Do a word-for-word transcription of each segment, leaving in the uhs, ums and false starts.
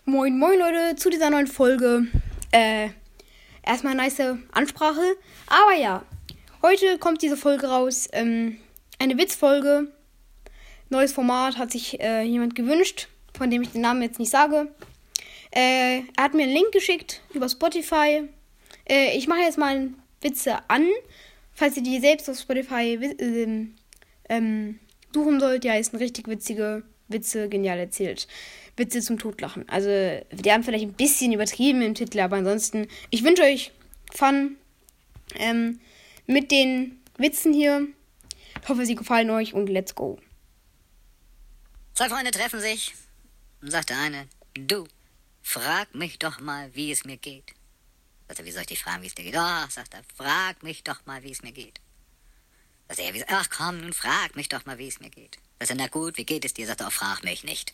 Moin, moin Leute, zu dieser neuen Folge. Äh, erstmal eine nice Ansprache. Aber ja, heute kommt diese Folge raus. Ähm, eine Witzfolge. Neues Format hat sich äh, jemand gewünscht, von dem ich den Namen jetzt nicht sage. Äh, er hat mir einen Link geschickt über Spotify. Äh, ich mache jetzt mal Witze an. Falls ihr die selbst auf Spotify äh, ähm, suchen sollt, die heißen richtig witzige Witze, genial erzählt. Witze zum Totlachen. Also, die haben vielleicht ein bisschen übertrieben im Titel, aber ansonsten, ich wünsche euch Fun ähm, mit den Witzen hier. Ich hoffe, sie gefallen euch und let's go. Zwei Freunde treffen sich, sagt der eine, du, frag mich doch mal, wie es mir geht. Sagt er, wie soll ich dich fragen, wie es dir geht? Ach, sagt er, frag mich doch mal, wie es mir geht. Sagt er, wie, ach komm, nun frag mich doch mal, wie es mir geht. Sagt er, na gut, wie geht es dir? Sagt er, oh, frag mich nicht.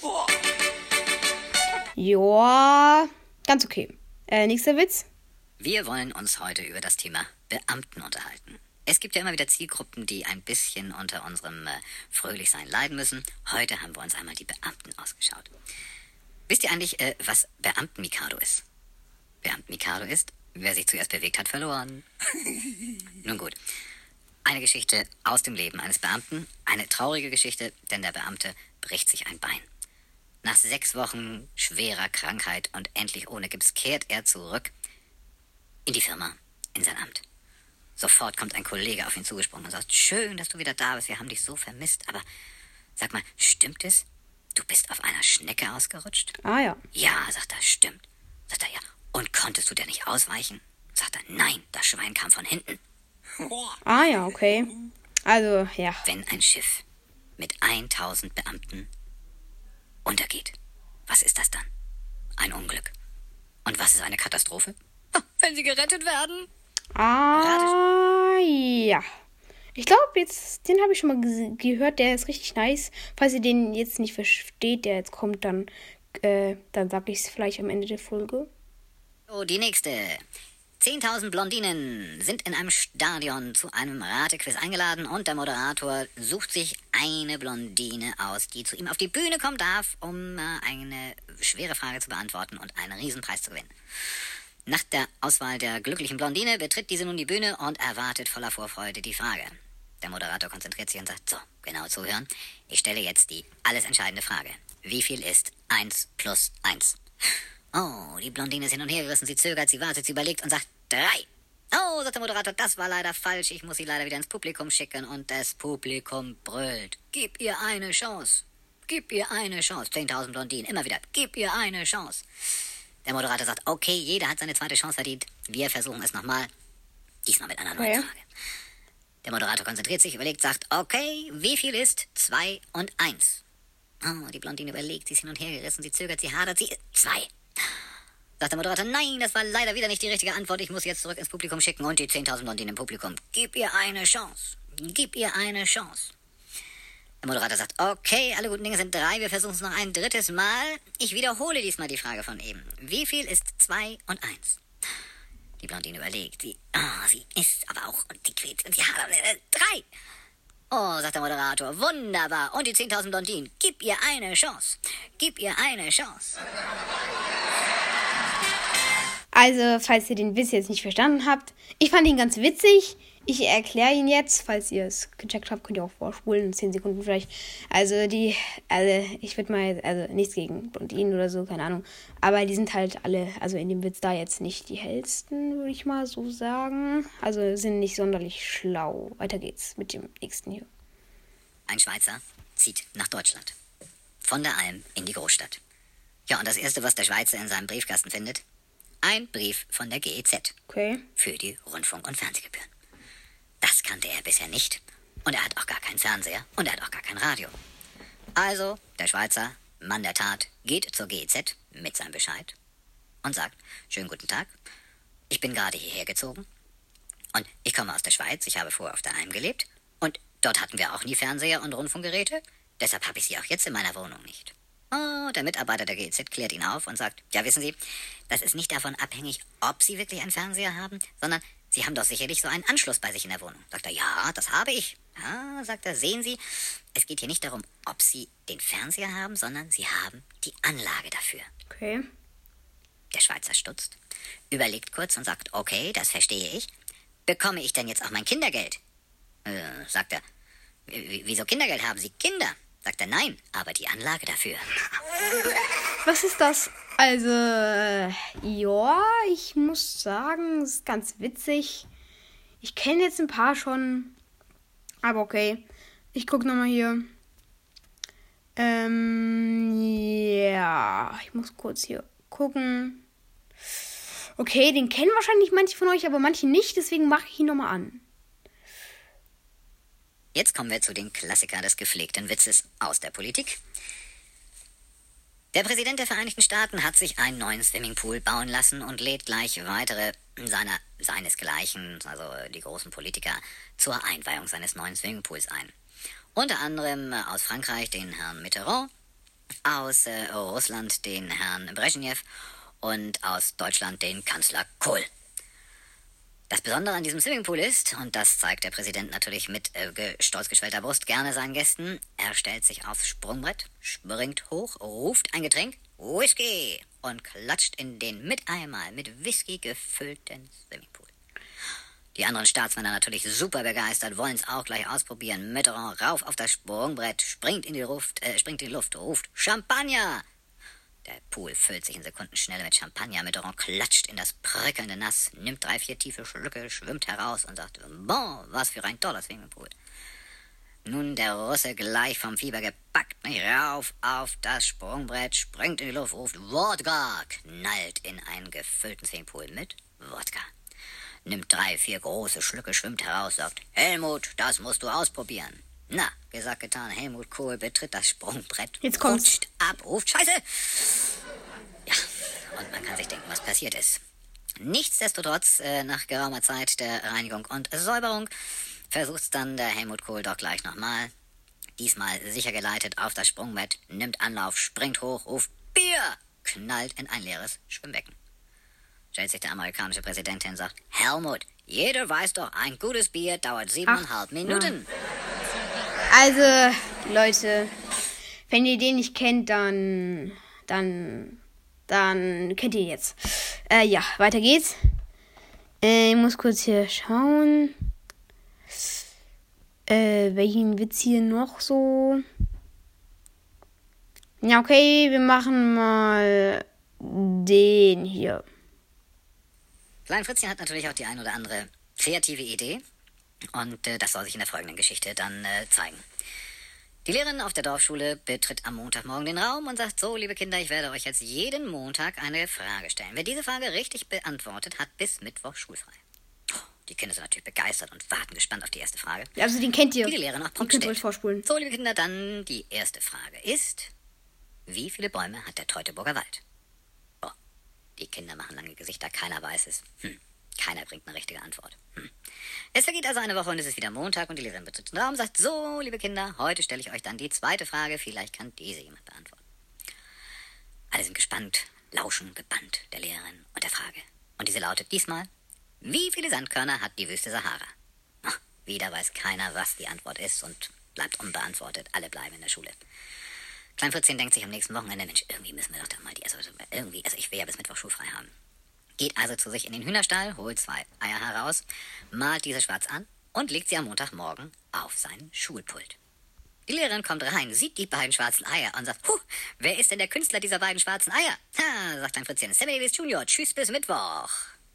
Joa, ganz okay. Äh, nächster Witz. Wir wollen uns heute über das Thema Beamten unterhalten. Es gibt ja immer wieder Zielgruppen, die ein bisschen unter unserem äh, Fröhlichsein leiden müssen. Heute haben wir uns einmal die Beamten ausgeschaut. Wisst ihr eigentlich, äh, was Beamten-Mikado ist? Beamten-Mikado ist, wer sich zuerst bewegt hat, verloren. Nun gut. Eine Geschichte aus dem Leben eines Beamten. Eine traurige Geschichte, denn der Beamte bricht sich ein Bein. Nach sechs Wochen schwerer Krankheit und endlich ohne Gips kehrt er zurück in die Firma, in sein Amt. Sofort kommt ein Kollege auf ihn zugesprungen und sagt, schön, dass du wieder da bist, wir haben dich so vermisst, aber sag mal, stimmt es? Du bist auf einer Schnecke ausgerutscht? Ah ja. Ja, sagt er, stimmt. Sagt er, ja. Und konntest du dir nicht ausweichen? Sagt er, nein, das Schwein kam von hinten. Ah ja, okay. Also, ja. Wenn ein Schiff mit tausend Beamten untergeht, was ist das dann? Ein Unglück. Und was ist eine Katastrophe? Wenn sie gerettet werden. Ah, ja. Ich glaube, jetzt, den habe ich schon mal ge- gehört, der ist richtig nice. Falls ihr den jetzt nicht versteht, der jetzt kommt, dann, äh, dann sage ich es vielleicht am Ende der Folge. So, die nächste. zehntausend Blondinen sind in einem Stadion zu einem Ratequiz eingeladen und der Moderator sucht sich eine Blondine aus, die zu ihm auf die Bühne kommen darf, um äh, eine schwere Frage zu beantworten und einen Riesenpreis zu gewinnen. Nach der Auswahl der glücklichen Blondine betritt diese nun die Bühne und erwartet voller Vorfreude die Frage. Der Moderator konzentriert sich und sagt, so, genau zuhören. Ich stelle jetzt die alles entscheidende Frage. Wie viel ist eins plus eins? Oh, die Blondine ist hin und her gerissen, sie zögert, sie wartet, sie überlegt und sagt, drei. Oh, sagt der Moderator, das war leider falsch, ich muss sie leider wieder ins Publikum schicken und das Publikum brüllt. Gib ihr eine Chance. Gib ihr eine Chance. zehntausend Blondinen, immer wieder, gib ihr eine Chance. Der Moderator sagt, okay, jeder hat seine zweite Chance verdient. Wir versuchen es nochmal. Diesmal mit einer neuen Okay. Frage. Der Moderator konzentriert sich, überlegt, sagt, okay, wie viel ist zwei und eins? Oh, die Blondine überlegt, sie ist hin und her gerissen, sie zögert, sie hadert, sie... Zwei. Sagt der Moderator, nein, das war leider wieder nicht die richtige Antwort. Ich muss jetzt zurück ins Publikum schicken und die zehntausend Blondinen im Publikum. Gib ihr eine Chance. Gib ihr eine Chance. Der Moderator sagt, okay, alle guten Dinge sind drei, wir versuchen es noch ein drittes Mal. Ich wiederhole diesmal die Frage von eben. Wie viel ist zwei und eins? Die Blondine überlegt, sie, oh, sie isst aber auch und die quält und sie hat äh, drei. Oh, sagt der Moderator, wunderbar. Und die zehntausend Blondinen, gib ihr eine Chance. Gib ihr eine Chance. Also, falls ihr den Witz jetzt nicht verstanden habt, ich fand ihn ganz witzig. Ich erkläre ihn jetzt. Falls ihr es gecheckt habt, könnt ihr auch vorspulen, in zehn Sekunden vielleicht. Also, die, also, ich würde mal, also, nichts gegen Blondinen oder so, keine Ahnung. Aber die sind halt alle, also in dem Witz da jetzt nicht die hellsten, würde ich mal so sagen. Also, sind nicht sonderlich schlau. Weiter geht's mit dem nächsten hier. Ein Schweizer zieht nach Deutschland. Von der Alm in die Großstadt. Ja, und das Erste, was der Schweizer in seinem Briefkasten findet, ein Brief von der G E Z Okay. für die Rundfunk- und Fernsehgebühren. Das kannte er bisher nicht. Und er hat auch gar keinen Fernseher und er hat auch gar kein Radio. Also, der Schweizer, Mann der Tat, geht zur G E Z mit seinem Bescheid und sagt, schönen guten Tag, ich bin gerade hierher gezogen und ich komme aus der Schweiz, ich habe vorher auf der Alm gelebt und dort hatten wir auch nie Fernseher und Rundfunkgeräte, deshalb habe ich sie auch jetzt in meiner Wohnung nicht. Oh, der Mitarbeiter der G E Z klärt ihn auf und sagt, ja, wissen Sie, das ist nicht davon abhängig, ob Sie wirklich einen Fernseher haben, sondern Sie haben doch sicherlich so einen Anschluss bei sich in der Wohnung. Sagt er, ja, das habe ich. Ja, sagt er, sehen Sie, es geht hier nicht darum, ob Sie den Fernseher haben, sondern Sie haben die Anlage dafür. Okay. Der Schweizer stutzt, überlegt kurz und sagt, okay, das verstehe ich. Bekomme ich denn jetzt auch mein Kindergeld? Äh, sagt er, wieso Kindergeld? Haben Sie Kinder? Sagt er, nein, aber die Anlage dafür. Was ist das? Also, äh, ja, ich muss sagen, es ist ganz witzig. Ich kenne jetzt ein paar schon, aber okay. Ich gucke nochmal hier. Ähm, ja, ich muss kurz hier gucken. Okay, den kennen wahrscheinlich manche von euch, aber manche nicht, deswegen mache ich ihn nochmal an. Jetzt kommen wir zu den Klassikern des gepflegten Witzes aus der Politik. Der Präsident der Vereinigten Staaten hat sich einen neuen Swimmingpool bauen lassen und lädt gleich weitere seiner, seinesgleichen, also die großen Politiker, zur Einweihung seines neuen Swimmingpools ein. Unter anderem aus Frankreich den Herrn Mitterrand, aus äh, Russland den Herrn Brezhnev und aus Deutschland den Kanzler Kohl. Das Besondere an diesem Swimmingpool ist, und das zeigt der Präsident natürlich mit äh, stolz geschwellter Brust gerne seinen Gästen, er stellt sich aufs Sprungbrett, springt hoch, ruft ein Getränk, Whisky, und klatscht in den mit einmal mit Whisky gefüllten Swimmingpool. Die anderen Staatsmänner natürlich super begeistert, wollen es auch gleich ausprobieren. Mitterrand rauf auf das Sprungbrett, springt in die Luft, äh, springt in die Luft, ruft Champagner! Der Pool füllt sich in Sekundenschnelle mit Champagner. Mitterrand klatscht in das prickelnde Nass, nimmt drei, vier tiefe Schlücke, schwimmt heraus und sagt, bon, was für ein toller Swimmingpool. Nun der Russe gleich vom Fieber gepackt, rauf auf das Sprungbrett, springt in die Luft, ruft Wodka, knallt in einen gefüllten Swimmingpool mit Wodka. Nimmt drei, vier große Schlücke, schwimmt heraus, sagt, Helmut, das musst du ausprobieren. Na, gesagt, getan, Helmut Kohl betritt das Sprungbrett, Jetzt kommt's. rutscht ab, ruft Scheiße. Ja, und man kann sich denken, was passiert ist. Nichtsdestotrotz, äh, nach geraumer Zeit der Reinigung und Säuberung, versucht's dann der Helmut Kohl doch gleich nochmal. Diesmal sicher geleitet auf das Sprungbrett, nimmt Anlauf, springt hoch, ruft Bier, knallt in ein leeres Schwimmbecken. Stellt sich der amerikanische Präsident hin und sagt, Helmut, jeder weiß doch, ein gutes Bier dauert siebeneinhalb Ach, Minuten. Ja. Also, Leute, wenn ihr den nicht kennt, dann, dann, dann kennt ihr ihn jetzt. Äh, ja, weiter geht's. Äh, ich muss kurz hier schauen, äh, welchen Witz hier noch so. Ja, okay, wir machen mal den hier. Klein Fritzchen hat natürlich auch die ein oder andere kreative Idee. Und äh, das soll sich in der folgenden Geschichte dann äh, zeigen. Die Lehrerin auf der Dorfschule betritt am Montagmorgen den Raum und sagt, so, liebe Kinder, ich werde euch jetzt jeden Montag eine Frage stellen. Wer diese Frage richtig beantwortet, hat bis Mittwoch schulfrei. Oh, die Kinder sind natürlich begeistert und warten gespannt auf die erste Frage. Also den kennt ihr. Die die Lehrerin auch prompt könnt ihr stellt. euch vorspulen. So, liebe Kinder, dann die erste Frage ist, wie viele Bäume hat der Teutoburger Wald? Oh, die Kinder machen lange Gesichter, keiner weiß es. Hm. Keiner bringt eine richtige Antwort. Hm. Es vergeht also eine Woche und es ist wieder Montag und die Lehrerin betritt den Raum und sagt, so, liebe Kinder, heute stelle ich euch dann die zweite Frage, vielleicht kann diese jemand beantworten. Alle sind gespannt, lauschen, gebannt der Lehrerin und der Frage. Und diese lautet diesmal, wie viele Sandkörner hat die Wüste Sahara? Ach, wieder weiß keiner, was die Antwort ist und bleibt unbeantwortet. Alle bleiben in der Schule. Klein Fritzchen denkt sich am nächsten Wochenende, Mensch, irgendwie müssen wir doch da mal die, also irgendwie, also ich will ja bis Mittwoch schulfrei haben. Geht also zu sich in den Hühnerstall, holt zwei Eier heraus, malt diese schwarz an und legt sie am Montagmorgen auf seinen Schulpult. Die Lehrerin kommt rein, sieht die beiden schwarzen Eier und sagt, huh, wer ist denn der Künstler dieser beiden schwarzen Eier? Ha, sagt ein Fritzchen, Sammy Davis Junior, tschüss bis Mittwoch.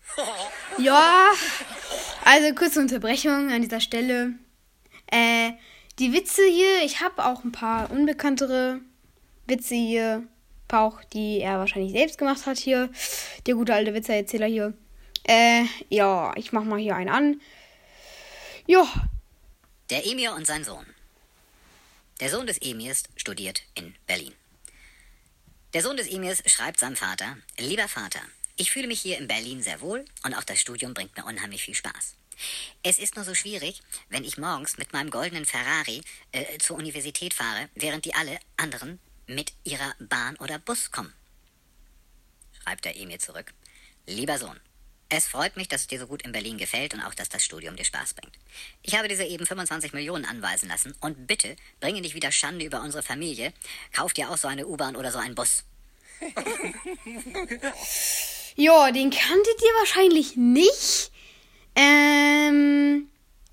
Ja, also kurze Unterbrechung an dieser Stelle. Äh, die Witze hier, ich habe auch ein paar unbekanntere Witze hier. Auch die er wahrscheinlich selbst gemacht hat hier. Der gute alte Witzeerzähler hier. Äh, ja, ich mach mal hier einen an. Ja. Der Emir und sein Sohn. Der Sohn des Emirs studiert in Berlin. Der Sohn des Emirs schreibt seinem Vater, lieber Vater, ich fühle mich hier in Berlin sehr wohl und auch das Studium bringt mir unheimlich viel Spaß. Es ist nur so schwierig, wenn ich morgens mit meinem goldenen Ferrari äh, zur Universität fahre, während die alle anderen mit ihrer Bahn oder Bus kommen. Schreibt der Emir zurück. Lieber Sohn, Es freut mich, dass es dir so gut in Berlin gefällt und auch, dass das Studium dir Spaß bringt. Ich habe dir soeben fünfundzwanzig Millionen anweisen lassen und bitte, bringe nicht wieder Schande über unsere Familie. Kauf dir auch so eine U-Bahn oder so einen Bus. Ja, den kanntet ihr wahrscheinlich nicht. Ähm,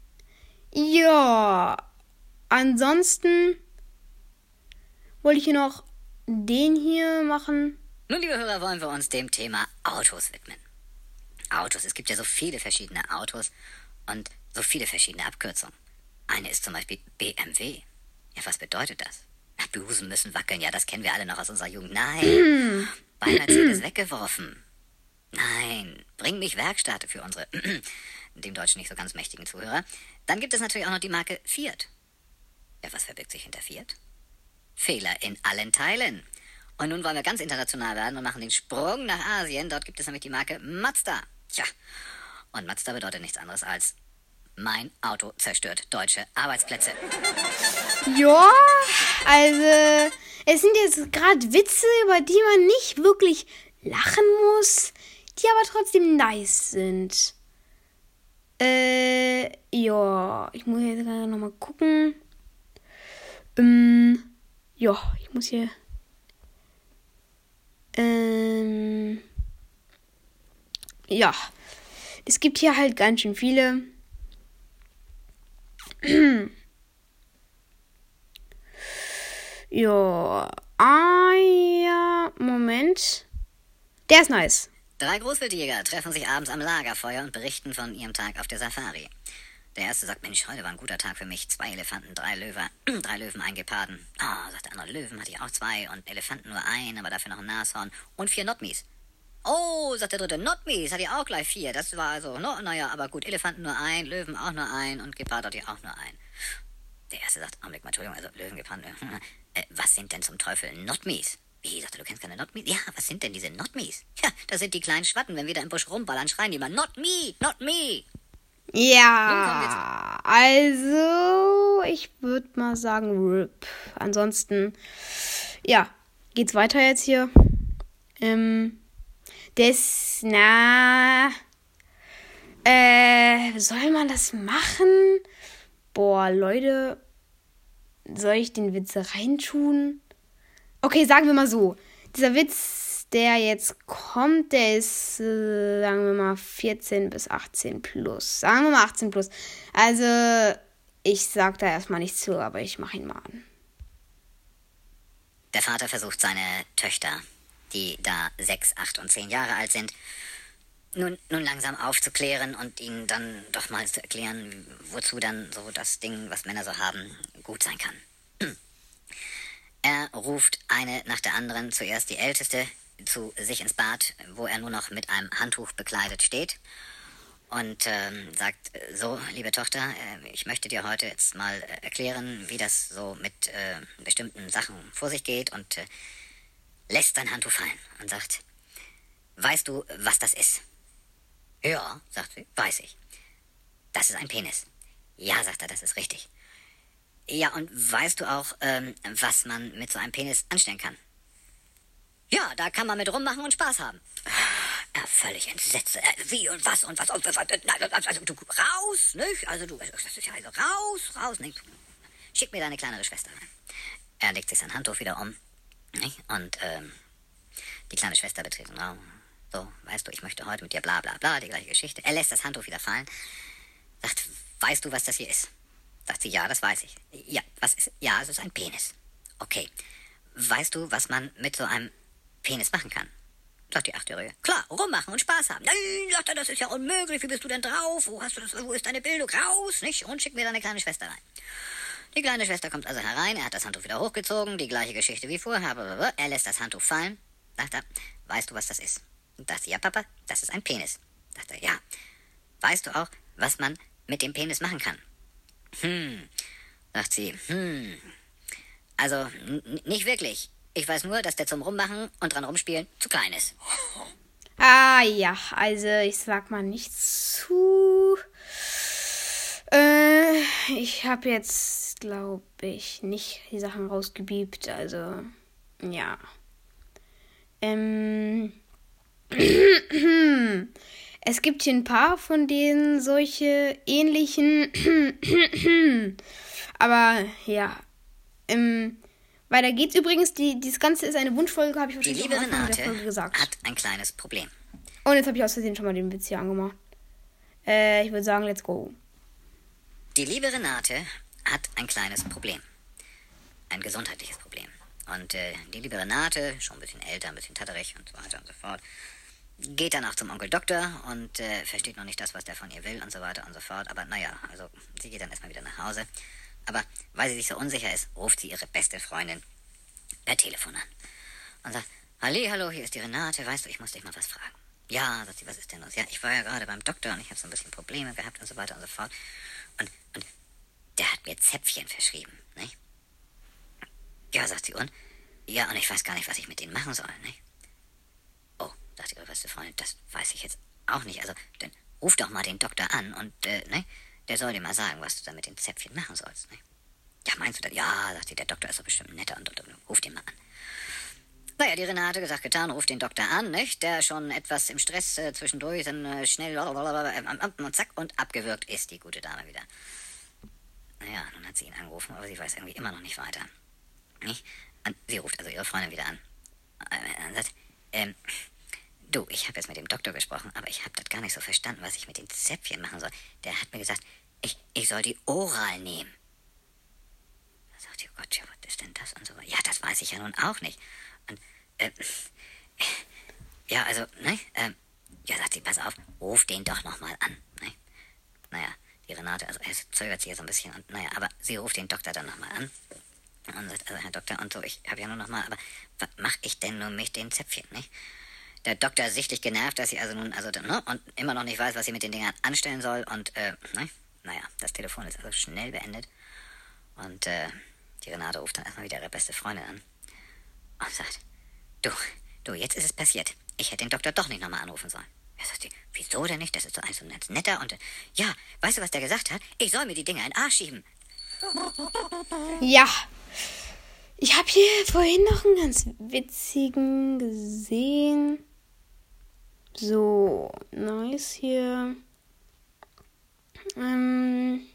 ja, ansonsten wollte ich hier noch den hier machen. Nun, liebe Hörer, wollen wir uns dem Thema Autos widmen. Autos, es gibt ja so viele verschiedene Autos und so viele verschiedene Abkürzungen. Eine ist zum Beispiel B M W. Ja, was bedeutet das? Na, Blusen müssen wackeln, ja, das kennen wir alle noch aus unserer Jugend. Nein, bei Mercedes weggeworfen. Nein, bring mich Werkstatt für unsere, dem Deutschen nicht so ganz mächtigen Zuhörer. Dann gibt es natürlich auch noch die Marke Fiat. Ja, was verbirgt sich hinter Fiat? Fehler in allen Teilen. Und nun wollen wir ganz international werden und machen den Sprung nach Asien. Dort gibt es nämlich die Marke Mazda. Tja, und Mazda bedeutet nichts anderes als mein Auto zerstört deutsche Arbeitsplätze. Ja, also es sind jetzt gerade Witze, über die man nicht wirklich lachen muss, die aber trotzdem nice sind. Äh, ja, ich muss jetzt gerade nochmal gucken. Ähm, ja, ich muss hier... Ähm, ja, es gibt hier halt ganz schön viele. Ja, ah ja, Moment. Der ist nice. Drei Großwildjäger treffen sich abends am Lagerfeuer und berichten von ihrem Tag auf der Safari. Der erste sagt, Mensch, heute war ein guter Tag für mich. Zwei Elefanten, drei Löwen, drei Löwen, ein Geparden. Ah, oh, sagt der andere, Löwen hatte ich auch zwei und Elefanten nur ein, aber dafür noch ein Nashorn und vier Notmies. Oh, sagt der dritte, Notmies hatte ich auch gleich vier. Das war also, no, naja, aber gut, Elefanten nur ein, Löwen auch nur ein und Gepard hatte ich auch nur ein. Der erste sagt, Augenblick mal, Entschuldigung, also Löwen, Geparden, äh, was sind denn zum Teufel Notmies? Wie, sagt er, du kennst keine Notmies? Ja, was sind denn diese Notmies? Ja, das sind die kleinen Schwatten, wenn wir da im Busch rumballern, schreien die mal, not me, not me. Ja, also ich würde mal sagen R I P. Ansonsten, ja, geht's weiter jetzt hier. Ähm, das, na, äh, soll man das machen? Boah, Leute, soll ich den Witz reintun? Okay, sagen wir mal so, dieser Witz, der jetzt kommt, der ist, äh, sagen wir mal, vierzehn bis achtzehn plus. Sagen wir mal achtzehn plus. Also, ich sag da erstmal nichts zu, aber ich mache ihn mal an. Der Vater versucht seine Töchter, die da sechs, acht und zehn Jahre alt sind, nun, nun langsam aufzuklären und ihnen dann doch mal zu erklären, wozu dann so das Ding, was Männer so haben, gut sein kann. Er ruft eine nach der anderen, zuerst die Älteste, zu sich ins Bad, wo er nur noch mit einem Handtuch bekleidet steht und ähm, sagt, so, liebe Tochter, äh, ich möchte dir heute jetzt mal äh, erklären, wie das so mit äh, bestimmten Sachen vor sich geht und äh, lässt sein Handtuch fallen und sagt, weißt du, was das ist? Ja, sagt sie, weiß ich. Das ist ein Penis. Ja, sagt er, das ist richtig. Ja, und weißt du auch, ähm, was man mit so einem Penis anstellen kann? Ja, da kann man mit rummachen und Spaß haben. Er völlig entsetzt. Äh, wie und was und was und was. Also du raus, nicht? Also du, das ist ja also raus, raus, nicht? Schick mir deine kleinere Schwester rein. Er legt sich sein Handtuch wieder um, nicht? Und ähm, die kleine Schwester betritt den Raum. So, weißt du, ich möchte heute mit dir bla bla bla, die gleiche Geschichte. Er lässt das Handtuch wieder fallen. Sagt, weißt du, was das hier ist? Sagt sie, ja, das weiß ich. Ja, was ist? Ja, es ist ein Penis. Okay. Weißt du, was man mit so einem Penis machen kann? Sagt die Achtjährige. Klar, rummachen und Spaß haben. Nein, sagt er, das ist ja unmöglich. Wie bist du denn drauf? Wo hast du das? Wo ist deine Bildung? Raus, nicht? Und schick mir deine kleine Schwester rein. Die kleine Schwester kommt also herein. Er hat das Handtuch wieder hochgezogen. Die gleiche Geschichte wie vorher. Er lässt das Handtuch fallen. Sagt er, weißt du, was das ist? Sagt sie, ja, Papa, das ist ein Penis. Sagt er, ja. Weißt du auch, was man mit dem Penis machen kann? Hm, sagt sie, hm. Also, n- nicht wirklich. Ich weiß nur, dass der zum Rummachen und dran rumspielen zu klein ist. Ah ja, also ich sag mal nichts zu. Äh, ich habe jetzt, glaube ich, nicht die Sachen rausgebiebt, also ja. Ähm, es es gibt hier ein paar von denen solche ähnlichen. Aber ja. Ähm, weiter geht's übrigens. Die, dieses Ganze ist eine Wunschfolge, habe ich Die wahrscheinlich liebe am Anfang der Renate Folge gesagt. hat ein kleines Problem. Und jetzt habe ich aus Versehen schon mal den Witz hier angemacht. Äh, ich würde sagen, let's go. Die liebe Renate hat ein kleines Problem. Ein gesundheitliches Problem. Und äh, die liebe Renate, schon ein bisschen älter, ein bisschen tatterig und so weiter und so fort, geht dann auch zum Onkel Doktor und äh, versteht noch nicht das, was der von ihr will und so weiter und so fort. Aber naja, also sie geht dann erstmal wieder nach Hause. Aber weil sie sich so unsicher ist, ruft sie ihre beste Freundin per Telefon an. Und sagt, Halli, hallo, hier ist die Renate, weißt du, ich muss dich mal was fragen. Ja, sagt sie, was ist denn los? Ja, ich war ja gerade beim Doktor und ich habe so ein bisschen Probleme gehabt und so weiter und so fort. Und, und der hat mir Zäpfchen verschrieben, nicht? Ja, sagt sie, und? Ja, und ich weiß gar nicht, was ich mit denen machen soll, nicht? Oh, sagt ihre beste Freundin, das weiß ich jetzt auch nicht. Also, dann ruf doch mal den Doktor an und, äh, ne? Der soll dir mal sagen, was du da mit den Zäpfchen machen sollst, ne? Ja, meinst du das? Ja, sagt sie, der Doktor ist doch bestimmt netter und, und, und ruf den mal an. Naja, die Renate gesagt, getan, ruft den Doktor an, nicht? Der schon etwas im Stress äh, zwischendurch, dann äh, schnell äh, und zack und abgewürgt ist die gute Dame wieder. Naja, nun hat sie ihn angerufen, aber sie weiß irgendwie immer noch nicht weiter. Nicht? Und sie ruft also ihre Freundin wieder an. Äh, und sagt, ähm, du, ich habe jetzt mit dem Doktor gesprochen, aber ich habe das gar nicht so verstanden, was ich mit den Zäpfchen machen soll. Der hat mir gesagt, ich, ich soll die Oral nehmen. Da sagt sie, oh Gott, ja, was ist denn das? Und so. Ja, das weiß ich ja nun auch nicht. Und, äh, ja, also, ne, ähm, ja, sagt sie, pass auf, ruf den doch nochmal an, ne? Naja, die Renate, also, es zögert sich ja so ein bisschen, und, naja, aber sie ruft den Doktor dann nochmal an und sagt, also, Herr Doktor, und so, ich habe ja nur nochmal, aber was mach ich denn nun mit den Zäpfchen, ne? Der Doktor ist sichtlich genervt, dass sie also nun, also, ne, und immer noch nicht weiß, was sie mit den Dingern anstellen soll, und, äh, ne, naja, das Telefon ist also schnell beendet, und, äh, die Renate ruft dann erstmal wieder ihre beste Freundin an. Und sagt, du, du, jetzt ist es passiert. Ich hätte den Doktor doch nicht nochmal anrufen sollen. Ja, sagt sie, wieso denn nicht? Das ist doch ein so ganz netter und, äh, ja, weißt du, was der gesagt hat? Ich soll mir die Dinger in den Arsch schieben. Ja. Ich habe hier vorhin noch einen ganz witzigen gesehen. So, nice hier. Ähm...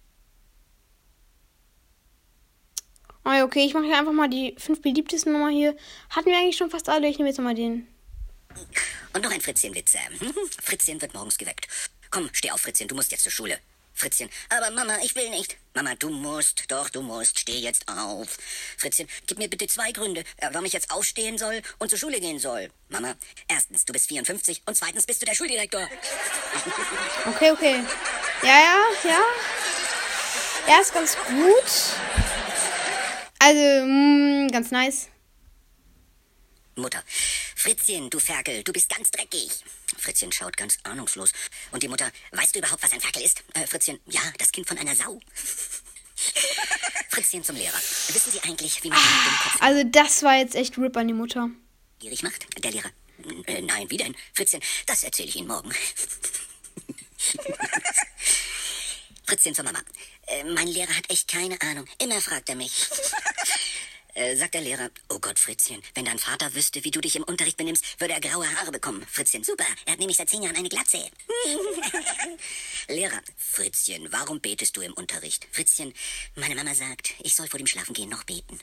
Oh, okay, ich mache hier einfach mal die fünf beliebtesten Nummer hier. Hatten wir eigentlich schon fast alle. Ich nehme jetzt nochmal den. Und noch ein Fritzchen-Witz. Ähm, Fritzchen wird morgens geweckt. Komm, steh auf, Fritzchen, du musst jetzt zur Schule. Fritzchen, aber Mama, ich will nicht. Mama, du musst, doch, du musst, steh jetzt auf. Fritzchen, gib mir bitte zwei Gründe, warum ich jetzt aufstehen soll und zur Schule gehen soll. Mama, erstens, du bist vierundfünfzig und zweitens bist du der Schuldirektor. Okay, okay. Ja, ja, ja. Er ist ganz gut. Also, mh, ganz nice. Mutter, Fritzchen, du Ferkel, du bist ganz dreckig. Fritzchen schaut ganz ahnungslos. Und die Mutter, weißt du überhaupt, was ein Ferkel ist? Äh, Fritzchen, ja, das Kind von einer Sau. Fritzchen zum Lehrer. Wissen Sie eigentlich, wie man ah, den Kopf also das war jetzt echt RIP an die Mutter. gierig macht? Der Lehrer. Äh, nein, wie denn? Fritzchen, das erzähle ich Ihnen morgen. Fritzchen zur Mama. Äh, mein Lehrer hat echt keine Ahnung. Immer fragt er mich. äh, sagt der Lehrer, oh Gott, Fritzchen, wenn dein Vater wüsste, wie du dich im Unterricht benimmst, würde er graue Haare bekommen. Fritzchen, super, er hat nämlich seit zehn Jahren eine Glatze. Lehrer, Fritzchen, warum betest du im Unterricht? Fritzchen, meine Mama sagt, ich soll vor dem Schlafengehen noch beten.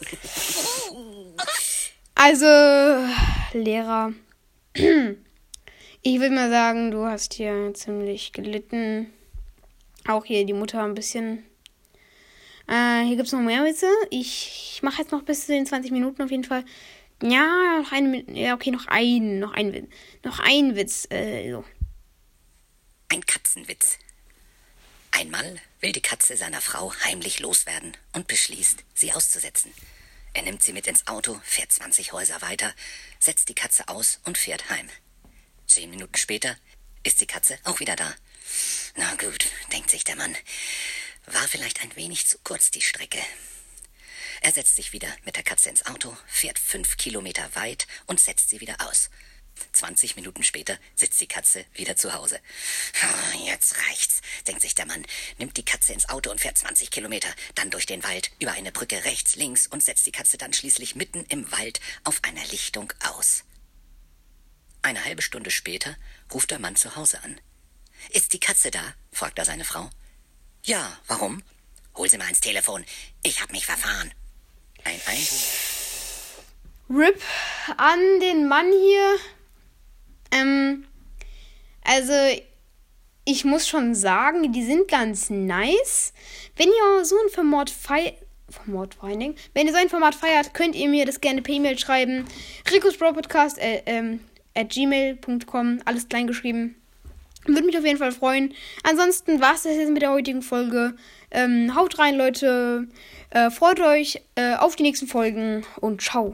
Also, Lehrer, ich würde mal sagen, du hast hier ziemlich gelitten. Auch hier die Mutter ein bisschen. Äh, hier gibt es noch mehr Witze. Ich mache jetzt noch bis zu den zwanzig Minuten auf jeden Fall. Ja, noch einen. Ja, okay, noch einen. Noch ein Witz. Noch ein Witz. Äh, so. Ein Katzenwitz. Einmal will die Katze seiner Frau heimlich loswerden und beschließt, sie auszusetzen. Er nimmt sie mit ins Auto, fährt zwanzig Häuser weiter, setzt die Katze aus und fährt heim. Zehn Minuten später ist die Katze auch wieder da. Na gut, denkt sich der Mann, war vielleicht ein wenig zu kurz die Strecke. Er setzt sich wieder mit der Katze ins Auto, fährt fünf Kilometer weit und setzt sie wieder aus. zwanzig Minuten später sitzt die Katze wieder zu Hause. Jetzt reicht's, denkt sich der Mann, nimmt die Katze ins Auto und fährt zwanzig Kilometer, dann durch den Wald, über eine Brücke rechts, links und setzt die Katze dann schließlich mitten im Wald auf einer Lichtung aus. Eine halbe Stunde später ruft der Mann zu Hause an. »Ist die Katze da?« fragt er seine Frau. »Ja, warum?« »Hol sie mal ins Telefon. Ich hab mich verfahren.« Ein Einwohner. R I P an den Mann hier. Ähm, also, ich muss schon sagen, die sind ganz nice. Wenn ihr so ein Format feiert, Format vor allen Dingen, wenn ihr so ein Format feiert, könnt ihr mir das gerne per E-Mail schreiben. Ricos Brawl Podcast äh, ähm, at gmail punkt com, alles klein geschrieben. Würde mich auf jeden Fall freuen. Ansonsten war es das jetzt mit der heutigen Folge. Ähm, haut rein, Leute. Äh, freut euch äh, auf die nächsten Folgen und ciao.